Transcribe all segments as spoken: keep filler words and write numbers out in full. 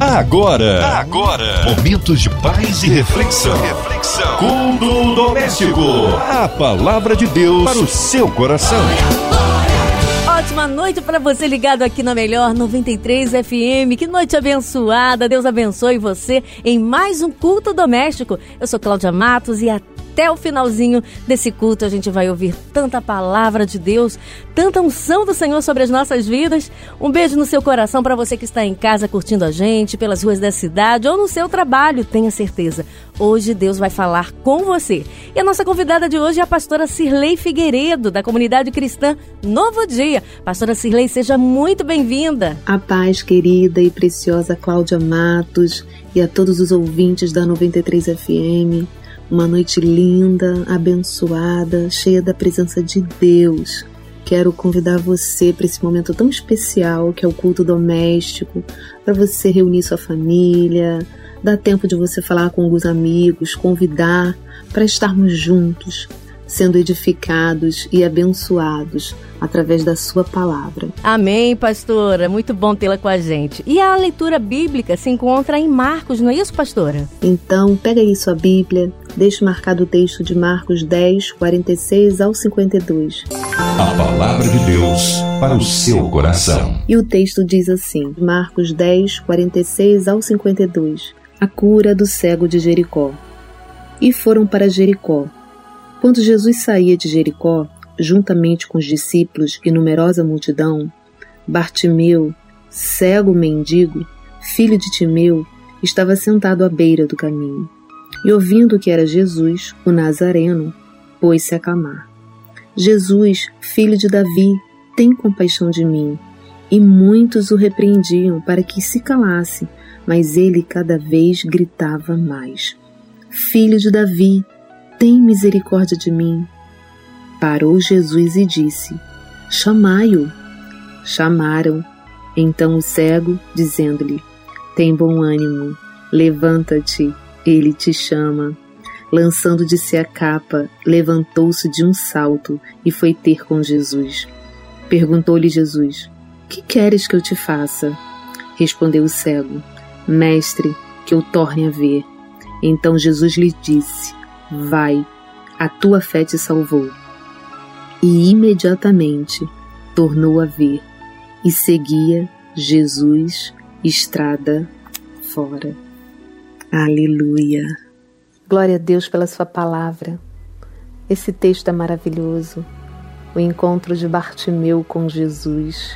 Agora, agora, momentos de paz e reflexão. Reflexão. Culto doméstico. A palavra de Deus para o seu coração. Ótima noite para você ligado aqui na Melhor noventa e três F M. Que noite abençoada. Deus abençoe você em mais um culto doméstico. Eu sou Cláudia Matos e até o finalzinho desse culto a gente vai ouvir tanta palavra de Deus, tanta unção do Senhor sobre as nossas vidas. Um beijo no seu coração para você que está em casa curtindo a gente, pelas ruas da cidade ou no seu trabalho. Tenha certeza, hoje Deus vai falar com você. E a nossa convidada de hoje é a pastora Cirlei Figueiredo, da comunidade cristã Novo Dia. Pastora Cirlei, seja muito bem-vinda. A paz, querida e preciosa Cláudia Matos, e a todos os ouvintes da noventa e três F M. Uma noite linda, abençoada, cheia da presença de Deus. Quero convidar você para esse momento tão especial que é o culto doméstico, para você reunir sua família, dar tempo de você falar com alguns amigos, convidar para estarmos juntos, sendo edificados e abençoados através da sua palavra. Amém, pastora. Muito bom tê-la com a gente. E a leitura bíblica se encontra em Marcos, não é isso, pastora? Então, pega aí sua Bíblia, deixe marcado o texto de Marcos dez, quarenta e seis ao cinquenta e dois. A palavra de Deus para o seu coração. E o texto diz assim, Marcos dez, quarenta e seis ao cinquenta e dois. A cura do cego de Jericó. E foram para Jericó. Quando Jesus saía de Jericó, juntamente com os discípulos e numerosa multidão, Bartimeu, cego mendigo, filho de Timeu, estava sentado à beira do caminho. E ouvindo que era Jesus, o Nazareno, pôs-se a clamar. Jesus, filho de Davi, tem compaixão de mim. E muitos o repreendiam para que se calasse, mas ele cada vez gritava mais. Filho de Davi, tem misericórdia de mim. Parou Jesus e disse, chamai-o. Chamaram, então o cego, dizendo-lhe, tem bom ânimo, levanta-te, ele te chama. Lançando de si a capa, levantou-se de um salto e foi ter com Jesus. Perguntou-lhe Jesus, que queres que eu te faça? Respondeu o cego, mestre, que eu torne a ver. Então Jesus lhe disse, vai, a tua fé te salvou. E imediatamente tornou a ver e seguia Jesus estrada fora. Aleluia! Glória a Deus pela sua palavra. Esse texto é maravilhoso. O encontro de Bartimeu com Jesus.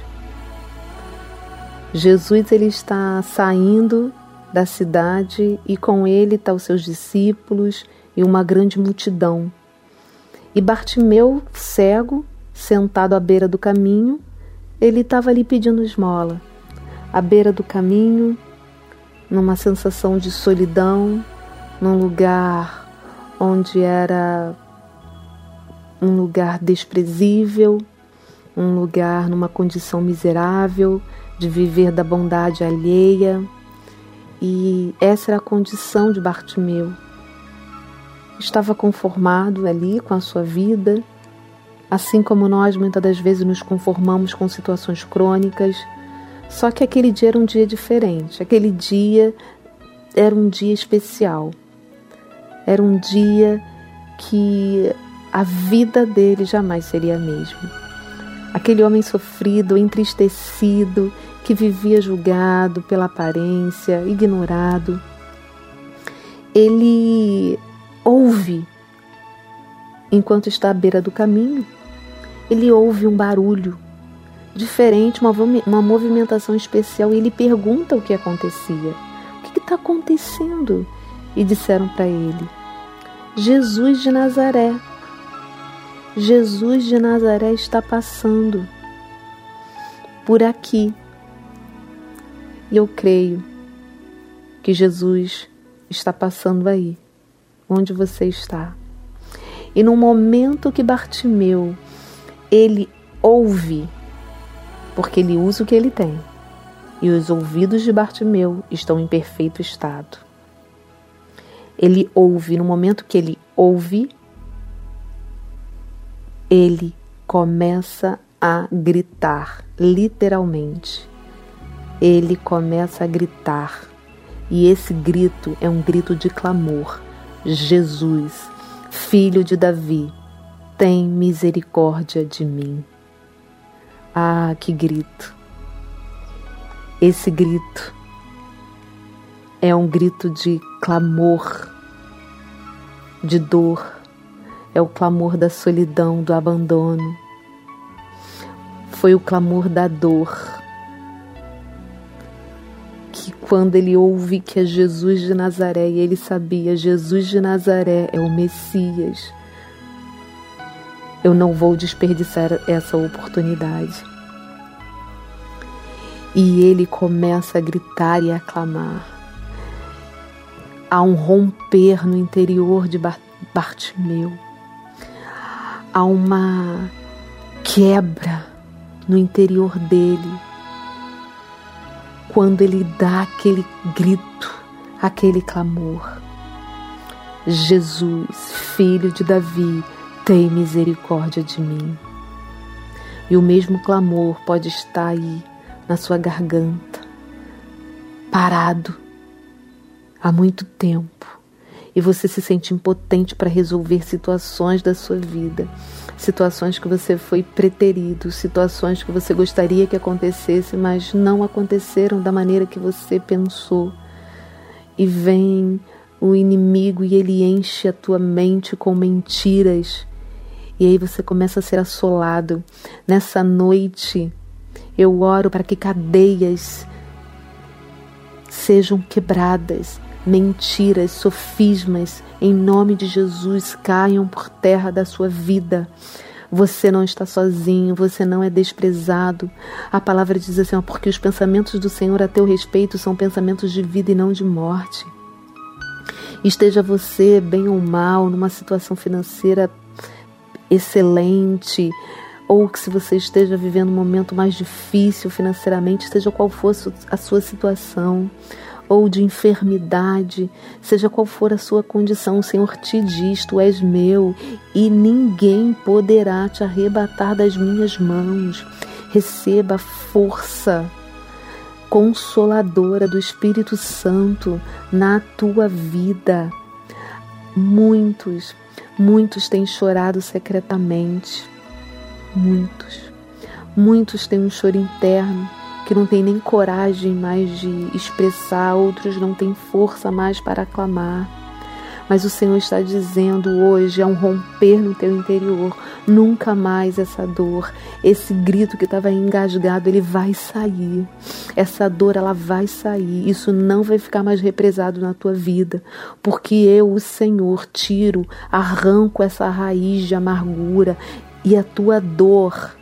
Jesus ele está saindo da cidade e com ele estão os seus discípulos e uma grande multidão. E Bartimeu, cego, sentado à beira do caminho, ele estava ali pedindo esmola. À beira do caminho, numa sensação de solidão, num lugar onde era um lugar desprezível, um lugar numa condição miserável, de viver da bondade alheia. E essa era a condição de Bartimeu. Estava conformado ali com a sua vida, assim como nós muitas das vezes nos conformamos com situações crônicas, só que aquele dia era um dia diferente, aquele dia era um dia especial, era um dia que a vida dele jamais seria a mesma. Aquele homem sofrido, entristecido, que vivia julgado pela aparência, ignorado, ele ouve, enquanto está à beira do caminho, ele ouve um barulho diferente, uma, uma movimentação especial, e ele pergunta o que acontecia. O que está acontecendo? E disseram para ele, Jesus de Nazaré. Jesus de Nazaré está passando por aqui. E eu creio que Jesus está passando aí, onde você está. E no momento que Bartimeu, ele ouve, porque ele usa o que ele tem, e os ouvidos de Bartimeu estão em perfeito estado. Ele ouve, no momento que ele ouve, ele começa a gritar, literalmente. Ele começa a gritar E esse grito é um grito de clamor. Jesus, filho de Davi, tem misericórdia de mim. Ah, que grito! Esse grito é um grito de clamor, de dor, é o clamor da solidão, do abandono. Foi o clamor da dor, que quando ele ouve que é Jesus de Nazaré, e ele sabia, Jesus de Nazaré é o Messias, eu não vou desperdiçar essa oportunidade. E ele começa a gritar e a clamar. Há um romper no interior de Bartimeu. Há uma quebra no interior dele. Quando ele dá aquele grito, aquele clamor. Jesus, filho de Davi, tem misericórdia de mim. E o mesmo clamor pode estar aí na sua garganta, parado há muito tempo, e você se sente impotente para resolver situações da sua vida, situações que você foi preterido, situações que você gostaria que acontecesse, mas não aconteceram da maneira que você pensou. E vem o inimigo e ele enche a tua mente com mentiras, e aí você começa a ser assolado. Nessa noite eu oro para que cadeias sejam quebradas, mentiras, sofismas, em nome de Jesus, caiam por terra da sua vida. Você não está sozinho, você não é desprezado. A palavra diz assim, ó, porque os pensamentos do Senhor a teu respeito são pensamentos de vida e não de morte. Esteja você, bem ou mal, numa situação financeira excelente, ou que se você esteja vivendo um momento mais difícil financeiramente, seja qual for a sua situação, ou de enfermidade, seja qual for a sua condição, o Senhor te diz, tu és meu, e ninguém poderá te arrebatar das minhas mãos. Receba a força consoladora do Espírito Santo na tua vida. Muitos, muitos têm chorado secretamente, muitos, muitos têm um choro interno, que não tem nem coragem mais de expressar, outros não têm força mais para clamar. Mas o Senhor está dizendo hoje, há um romper no teu interior, nunca mais essa dor, esse grito que estava engasgado, ele vai sair. Essa dor, ela vai sair, isso não vai ficar mais represado na tua vida, porque eu, o Senhor, tiro, arranco essa raiz de amargura, e a tua dor,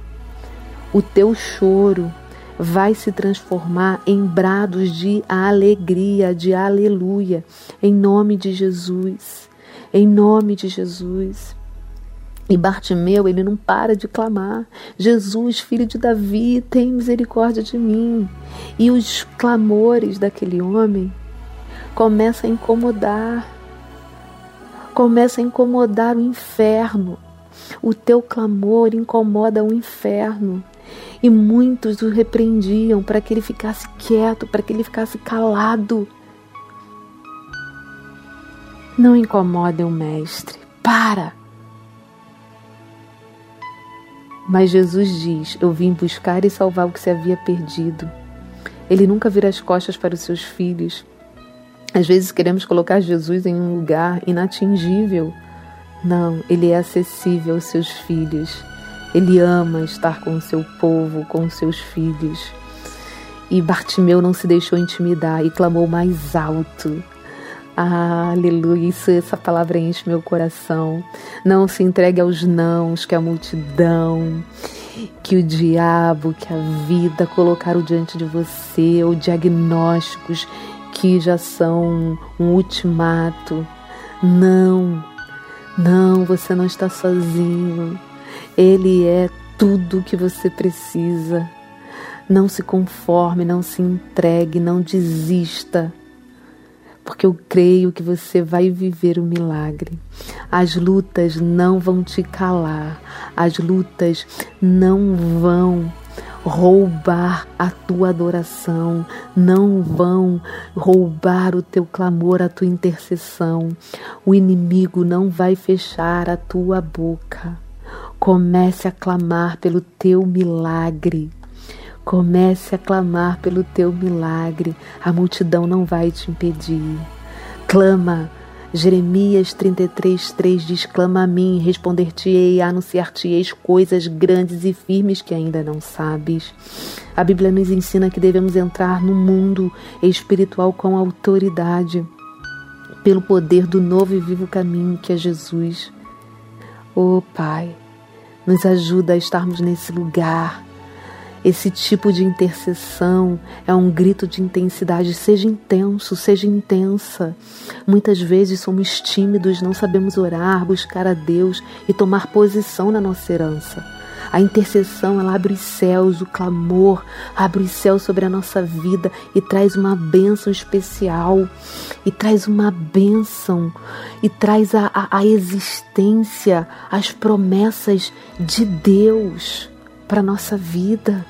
o teu choro, vai se transformar em brados de alegria, de aleluia, em nome de Jesus, em nome de Jesus. E Bartimeu, ele não para de clamar, Jesus, filho de Davi, tem misericórdia de mim. E os clamores daquele homem começam a incomodar, começam a incomodar o inferno. O teu clamor incomoda o inferno. E muitos o repreendiam para que ele ficasse quieto, para que ele ficasse calado. Não incomodem o mestre, para! Mas Jesus diz, eu vim buscar e salvar o que se havia perdido. Ele nunca vira as costas para os seus filhos. Às vezes queremos colocar Jesus em um lugar inatingível. Não, ele é acessível aos seus filhos. Ele ama estar com o seu povo, com os seus filhos. E Bartimeu não se deixou intimidar e clamou mais alto. Ah, aleluia, isso, essa palavra enche meu coração. Não se entregue aos nãos que a multidão, que o diabo, que a vida colocaram diante de você, ou diagnósticos que já são um ultimato. Não, não, você não está sozinho. Ele é tudo o que você precisa. Não se conforme, não se entregue, não desista, porque eu creio que você vai viver o milagre. As lutas não vão te calar, as lutas não vão roubar a tua adoração, não vão roubar o teu clamor, a tua intercessão. O inimigo não vai fechar a tua boca. Comece a clamar pelo teu milagre. Comece a clamar pelo teu milagre. A multidão não vai te impedir. Clama. Jeremias trinta e três, três diz: clama a mim, responder-te-ei, anunciar-te-eis coisas grandes e firmes que ainda não sabes. A Bíblia nos ensina que devemos entrar no mundo espiritual com autoridade, pelo poder do novo e vivo caminho que é Jesus. Oh Pai, nos ajuda a estarmos nesse lugar. Esse tipo de intercessão é um grito de intensidade. Seja intenso, seja intensa. Muitas vezes somos tímidos, não sabemos orar, buscar a Deus e tomar posição na nossa herança. A intercessão, ela abre os céus, o clamor abre os céus sobre a nossa vida e traz uma bênção especial, e traz uma bênção, e traz a, a, a existência, as promessas de Deus para a nossa vida.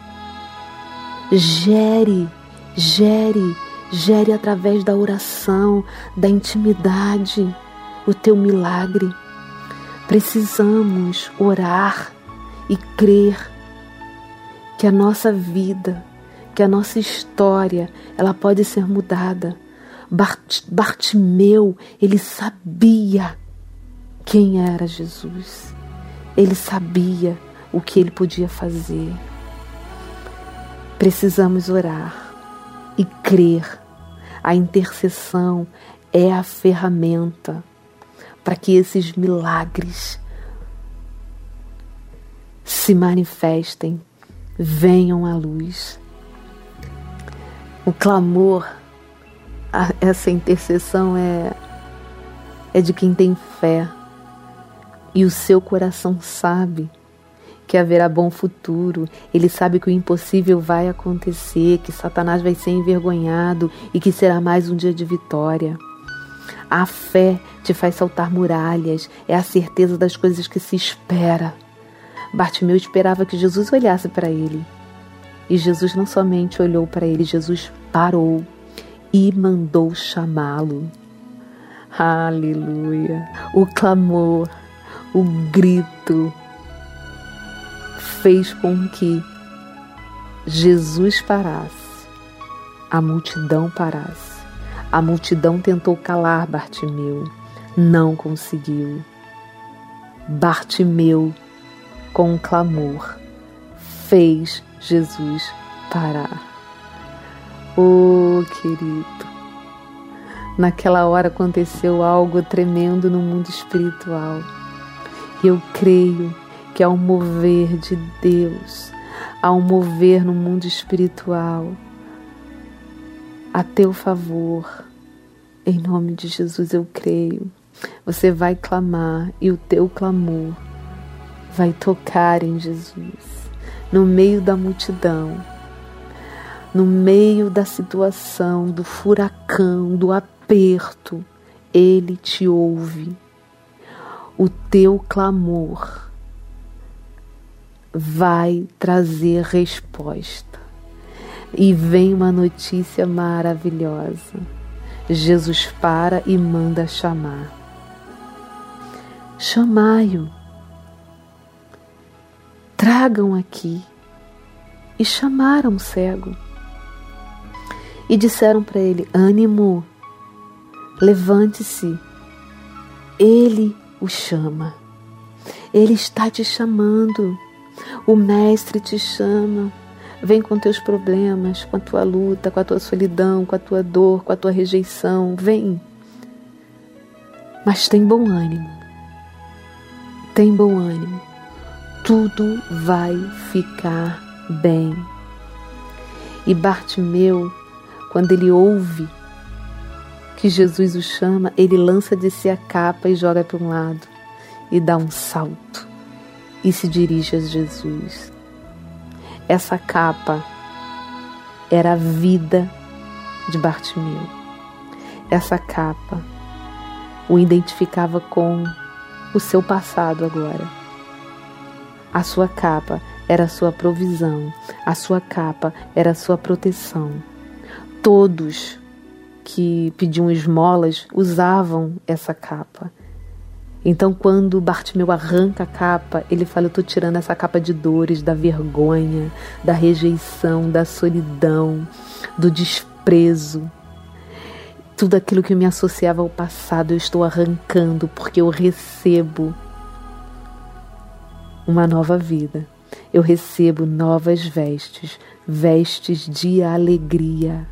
Gere, gere, gere através da oração, da intimidade, o teu milagre. Precisamos orar e crer que a nossa vida, que a nossa história, ela pode ser mudada. Bart, Bartimeu, ele sabia quem era Jesus. Ele sabia o que ele podia fazer. Precisamos orar e crer. A intercessão é a ferramenta para que esses milagres se manifestem, venham à luz. O clamor, essa intercessão é, é de quem tem fé, e o seu coração sabe que haverá bom futuro. Ele sabe que o impossível vai acontecer, que Satanás vai ser envergonhado e que será mais um dia de vitória. A fé te faz saltar muralhas, é a certeza das coisas que se espera. Bartimeu esperava que Jesus olhasse para ele. E Jesus não somente olhou para ele, Jesus parou e mandou chamá-lo. Aleluia! O clamor, o grito, fez com que Jesus parasse, a multidão parasse. A multidão tentou calar Bartimeu, não conseguiu. Bartimeu, com um clamor, fez Jesus parar. Oh, querido, naquela hora aconteceu algo tremendo no mundo espiritual. E eu creio que há um mover de Deus, há um mover no mundo espiritual a teu favor. Em nome de Jesus eu creio. Você vai clamar e o teu clamor vai tocar em Jesus. No meio da multidão, no meio da situação, do furacão, do aperto, Ele te ouve. O teu clamor vai trazer resposta. E vem uma notícia maravilhosa. Jesus para e manda chamar. Chamai-o. Tragam aqui. E chamaram o cego. E disseram para ele: ânimo, levante-se. Ele o chama. Ele está te chamando. O Mestre te chama. Vem com teus problemas, com a tua luta, com a tua solidão, com a tua dor, com a tua rejeição. Vem. Mas tem bom ânimo. Tem bom ânimo. Tudo vai ficar bem. E Bartimeu, quando ele ouve que Jesus o chama, ele lança de si a capa e joga para um lado. E dá um salto. E se dirige a Jesus. Essa capa era a vida de Bartimeu. Essa capa o identificava com o seu passado agora. A sua capa era a sua provisão, a sua capa era a sua proteção. Todos que pediam esmolas usavam essa capa. Então, quando Bartimeu arranca a capa, ele fala: eu estou tirando essa capa de dores, da vergonha, da rejeição, da solidão, do desprezo. Tudo aquilo que me associava ao passado, eu estou arrancando, porque eu recebo uma nova vida. Eu recebo novas vestes, vestes de alegria.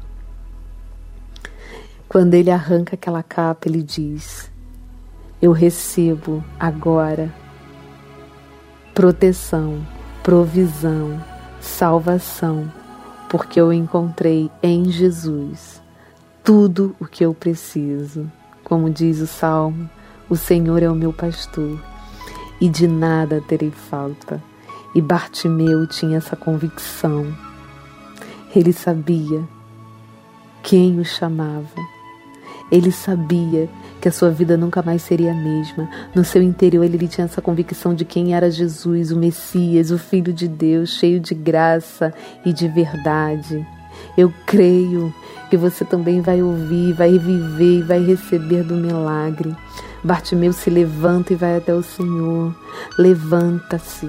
Quando ele arranca aquela capa, ele diz: eu recebo agora proteção, provisão, salvação, porque eu encontrei em Jesus tudo o que eu preciso. Como diz o Salmo, o Senhor é o meu pastor e de nada terei falta. E Bartimeu tinha essa convicção. Ele sabia quem o chamava. Ele sabia que a sua vida nunca mais seria a mesma. No seu interior ele tinha essa convicção de quem era Jesus, o Messias, o Filho de Deus, cheio de graça e de verdade. Eu creio que você também vai ouvir, vai viver e vai receber do milagre. Bartimeu se levanta e vai até o Senhor. Levanta-se.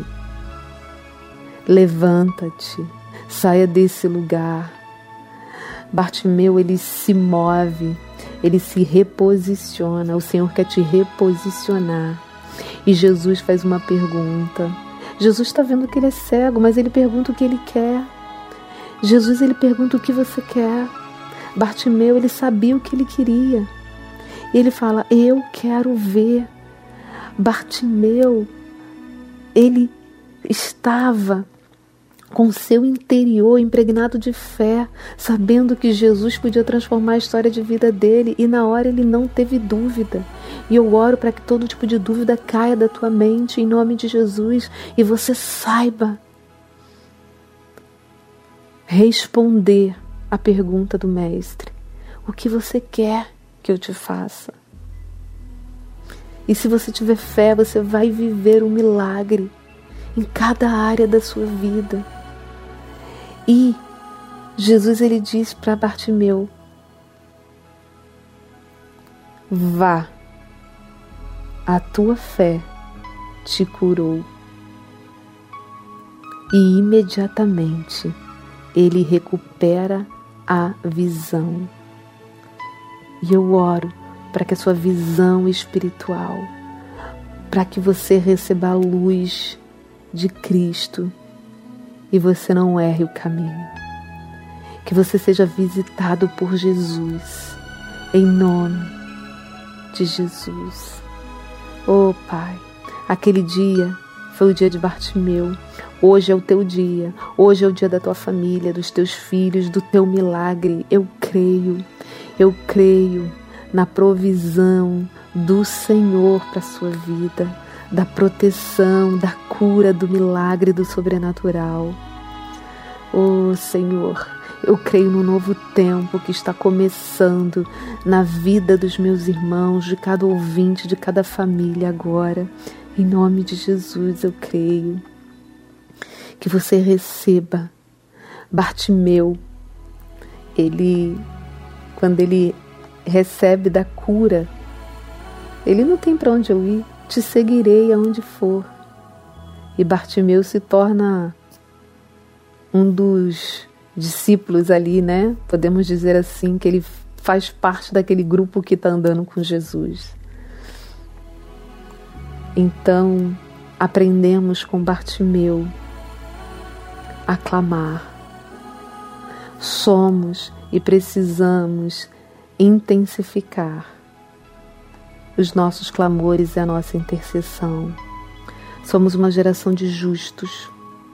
Levanta-te. Saia desse lugar. Bartimeu, ele se move. Ele se reposiciona. O Senhor quer te reposicionar. E Jesus faz uma pergunta. Jesus está vendo que ele é cego, mas ele pergunta o que ele quer. Jesus, ele pergunta o que você quer. Bartimeu, ele sabia o que ele queria. E ele fala: eu quero ver. Bartimeu, ele estava com seu interior impregnado de fé, sabendo que Jesus podia transformar a história de vida dele, e na hora ele não teve dúvida. E eu oro para que todo tipo de dúvida caia da tua mente, em nome de Jesus, e você saiba responder a pergunta do Mestre: o que você quer que eu te faça? E se você tiver fé, você vai viver um milagre em cada área da sua vida. E Jesus, ele diz para Bartimeu: vá, a tua fé te curou. E imediatamente ele recupera a visão. E eu oro para que a sua visão espiritual, para que você receba a luz de Cristo e você não erre o caminho. Que você seja visitado por Jesus, em nome de Jesus. Oh Pai, aquele dia foi o dia de Bartimeu. Hoje é o teu dia. Hoje é o dia da tua família, dos teus filhos, do teu milagre. Eu creio, eu creio na provisão do Senhor para a sua vida, da proteção, da cura, do milagre, do sobrenatural. Oh Senhor, eu creio no novo tempo que está começando na vida dos meus irmãos, de cada ouvinte, de cada família agora. Em nome de Jesus eu creio. Que você receba. Bartimeu, ele, quando ele recebe da cura, ele não tem para onde eu ir. Te seguirei aonde for. E Bartimeu se torna um dos discípulos ali, né? Podemos dizer assim, que ele faz parte daquele grupo que está andando com Jesus. Então, aprendemos com Bartimeu a clamar. Somos e precisamos intensificar os nossos clamores e a nossa intercessão. Somos uma geração de justos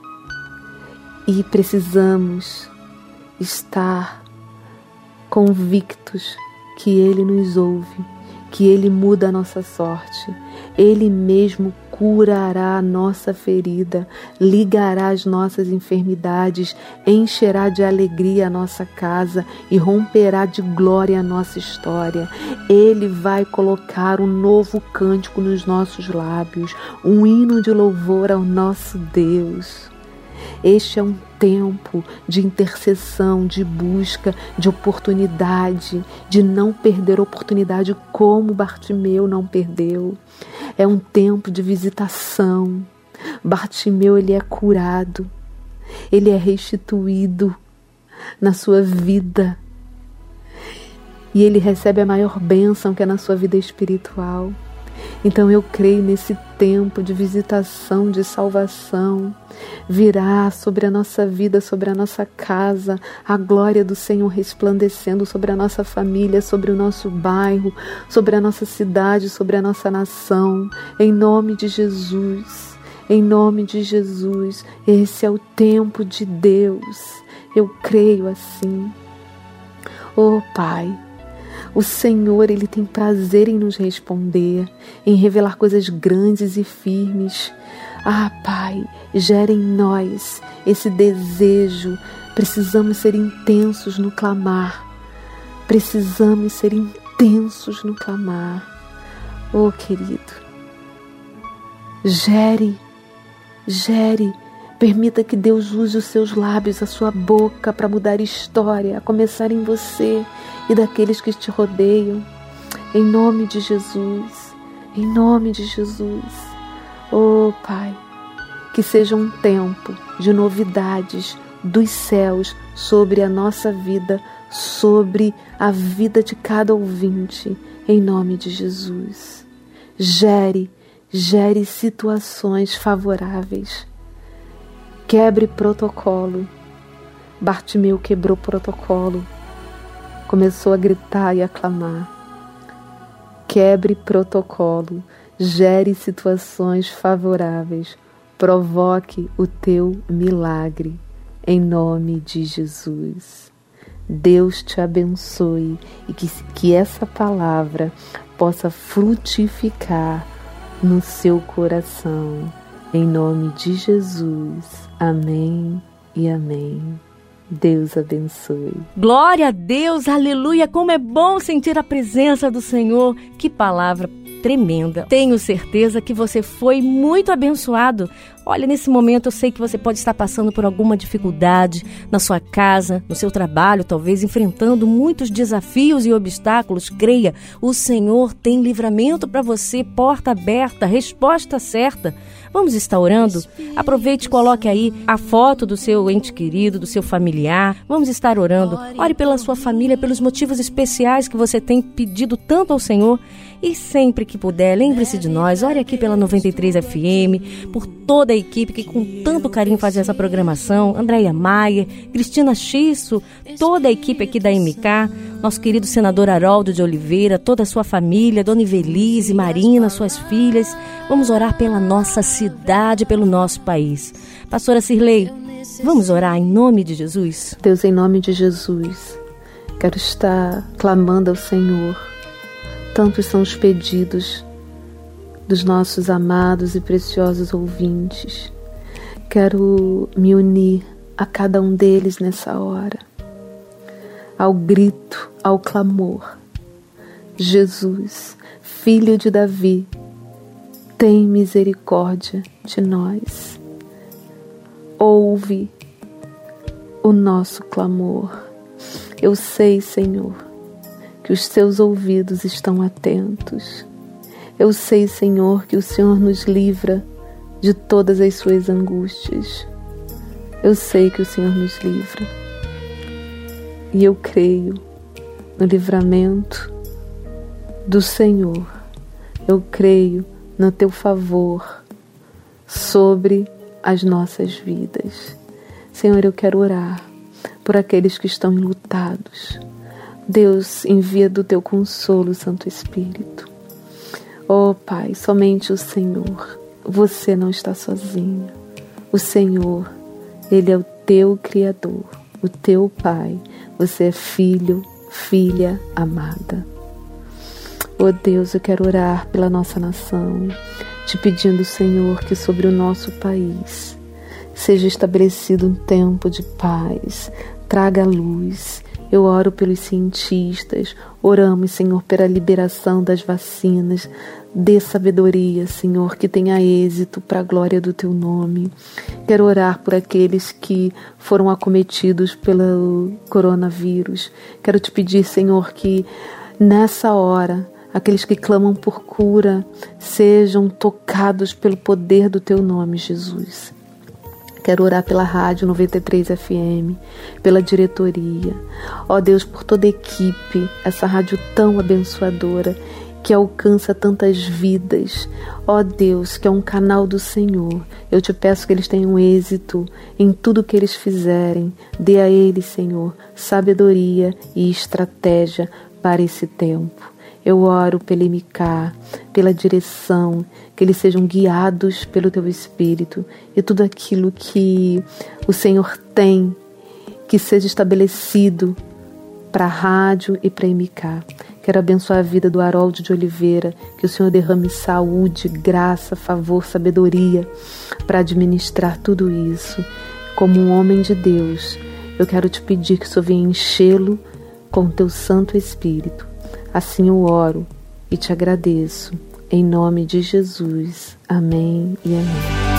e precisamos estar convictos que Ele nos ouve, que Ele muda a nossa sorte. Ele mesmo curará a nossa ferida, ligará as nossas enfermidades, encherá de alegria a nossa casa e romperá de glória a nossa história. Ele vai colocar um novo cântico nos nossos lábios, um hino de louvor ao nosso Deus. Este é um tempo de intercessão, de busca, de oportunidade, de não perder oportunidade como Bartimeu não perdeu. É um tempo de visitação. Bartimeu, ele é curado, ele é restituído na sua vida e ele recebe a maior bênção que é na sua vida espiritual. Então eu creio nesse tempo de visitação, de salvação. Virá sobre a nossa vida, sobre a nossa casa, a glória do Senhor resplandecendo sobre a nossa família, sobre o nosso bairro, sobre a nossa cidade, sobre a nossa nação. Em nome de Jesus, em nome de Jesus, esse é o tempo de Deus. Eu creio assim. Oh Pai, o Senhor, Ele tem prazer em nos responder, em revelar coisas grandes e firmes. Ah, Pai, gera em nós esse desejo. Precisamos ser intensos no clamar. Precisamos ser intensos no clamar. Oh, querido, gere, gere. Permita que Deus use os seus lábios, a sua boca, para mudar história, a começar em você e daqueles que te rodeiam. Em nome de Jesus, em nome de Jesus. Oh, Pai, que seja um tempo de novidades dos céus sobre a nossa vida, sobre a vida de cada ouvinte, em nome de Jesus. Gere, gere situações favoráveis. Quebre protocolo. Bartimeu quebrou protocolo. Começou a gritar e a clamar. Quebre protocolo. Gere situações favoráveis. Provoque o teu milagre. Em nome de Jesus. Deus te abençoe e que, que essa palavra possa frutificar no seu coração. Em nome de Jesus. Amém e amém. Deus abençoe. Glória a Deus, aleluia. Como é bom sentir a presença do Senhor. Que palavra tremenda. Tenho certeza que você foi muito abençoado. Olha, nesse momento eu sei que você pode estar passando por alguma dificuldade na sua casa, no seu trabalho, talvez enfrentando muitos desafios e obstáculos. Creia, o Senhor tem livramento para você, porta aberta, resposta certa. Vamos estar orando? Aproveite e coloque aí a foto do seu ente querido, do seu familiar. Vamos estar orando. Ore pela sua família, pelos motivos especiais que você tem pedido tanto ao Senhor. E sempre que puder, lembre-se de nós. Ore aqui pela noventa e três F M, por toda a equipe que com tanto carinho faz essa programação. Andréia Maier, Cristina Xisso, toda a equipe aqui da M K, nosso querido senador Haroldo de Oliveira, toda a sua família, Dona Ivelise, Marina, suas filhas. Vamos orar pela nossa cidade, pelo nosso país. Pastora Cirlei, vamos orar em nome de Jesus? Deus, em nome de Jesus, quero estar clamando ao Senhor. Tantos são os pedidos dos nossos amados e preciosos ouvintes. Quero me unir a cada um deles nessa hora, ao grito, ao clamor. Jesus, Filho de Davi, tem misericórdia de nós. Ouve o nosso clamor. Eu sei, Senhor, que os teus ouvidos estão atentos. Eu sei, Senhor, que o Senhor nos livra de todas as suas angústias. Eu sei que o Senhor nos livra. E eu creio no livramento do Senhor. Eu creio no teu favor sobre as nossas vidas. Senhor, eu quero orar por aqueles que estão enlutados. Deus, envia do teu consolo, Santo Espírito. Oh, Pai, somente o Senhor. Você não está sozinho. O Senhor, Ele é o teu Criador, o teu Pai. Você é filho, filha amada. Oh, Deus, eu quero orar pela nossa nação, te pedindo, Senhor, que sobre o nosso país seja estabelecido um tempo de paz. Traga luz, Eu oro pelos cientistas, oramos, Senhor, pela liberação das vacinas. Dê sabedoria, Senhor, que tenha êxito para a glória do Teu nome. Quero orar por aqueles que foram acometidos pelo coronavírus. Quero te pedir, Senhor, que nessa hora aqueles que clamam por cura sejam tocados pelo poder do Teu nome, Jesus. Quero orar pela Rádio noventa e três F M, pela diretoria. Ó Deus, por toda a equipe, essa rádio tão abençoadora, que alcança tantas vidas. Ó Deus, que é um canal do Senhor. Eu te peço que eles tenham êxito em tudo que eles fizerem. Dê a eles, Senhor, sabedoria e estratégia para esse tempo. Eu oro pela M K, pela direção, que eles sejam guiados pelo Teu Espírito e tudo aquilo que o Senhor tem, que seja estabelecido para a rádio e para a M K. Quero abençoar a vida do Harold de Oliveira, que o Senhor derrame saúde, graça, favor, sabedoria para administrar tudo isso. Como um homem de Deus, eu quero te pedir que o Senhor venha enchê-lo com o Teu Santo Espírito. Assim eu oro e te agradeço. Em nome de Jesus. Amém e amém.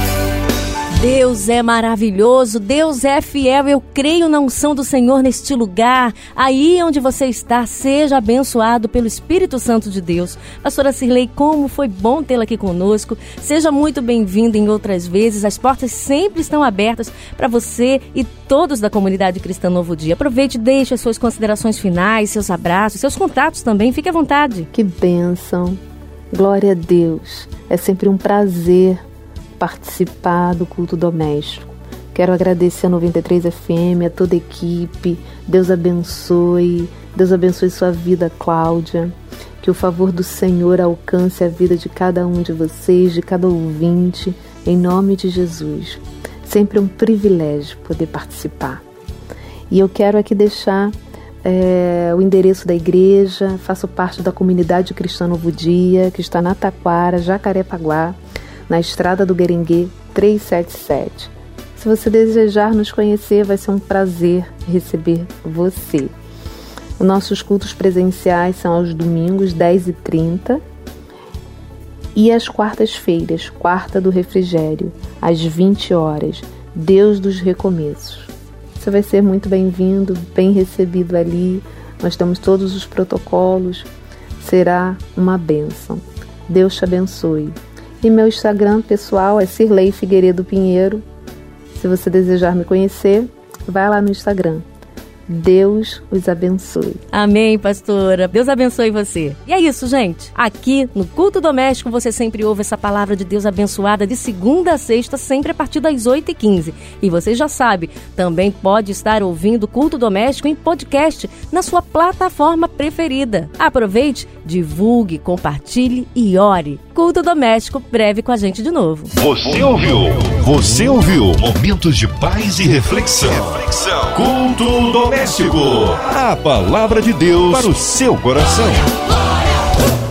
Deus é maravilhoso, Deus é fiel, eu creio na unção do Senhor neste lugar. Aí onde você está, seja abençoado pelo Espírito Santo de Deus. Pastora Cirlei, como foi bom tê-la aqui conosco. Seja muito bem-vinda em outras vezes. As portas sempre estão abertas para você e todos da comunidade Cristã Novo Dia. Aproveite e deixe as suas considerações finais, seus abraços, seus contatos também. Fique à vontade. Que bênção. Glória a Deus. É sempre um prazer participar do culto doméstico. Quero agradecer a noventa e três F M, a toda a equipe. Deus abençoe. Deus abençoe sua vida, Cláudia. Que o favor do Senhor alcance a vida de cada um de vocês, de cada ouvinte, em nome de Jesus. Sempre um privilégio poder participar. E eu quero aqui deixar é, o endereço da igreja. Faço parte da comunidade Cristã Novo Dia, que está na Taquara, Jacarepaguá, na Estrada do Guerengue trezentos e setenta e sete. Se você desejar nos conhecer, vai ser um prazer receber você. Os nossos cultos presenciais são aos domingos, dez e trinta, e às quartas-feiras, quarta do refrigério, às vinte horas, Deus dos Recomeços. Você vai ser muito bem-vindo, bem recebido ali. Nós temos todos os protocolos. Será uma bênção. Deus te abençoe. E meu Instagram pessoal é Cirlei Figueiredo Pinheiro. Se você desejar me conhecer, vai lá no Instagram. Deus os abençoe. Amém, pastora. Deus abençoe você. E é isso, gente. Aqui no Culto Doméstico você sempre ouve essa palavra de Deus abençoada de segunda a sexta, sempre a partir das oito e quinze. E você já sabe, também pode estar ouvindo o Culto Doméstico em podcast na sua plataforma preferida. Aproveite, divulgue, compartilhe e ore. Culto Doméstico, breve com a gente de novo. Você ouviu? Você ouviu? Momentos de paz e reflexão. reflexão. Culto Doméstico. A palavra de Deus para o seu coração.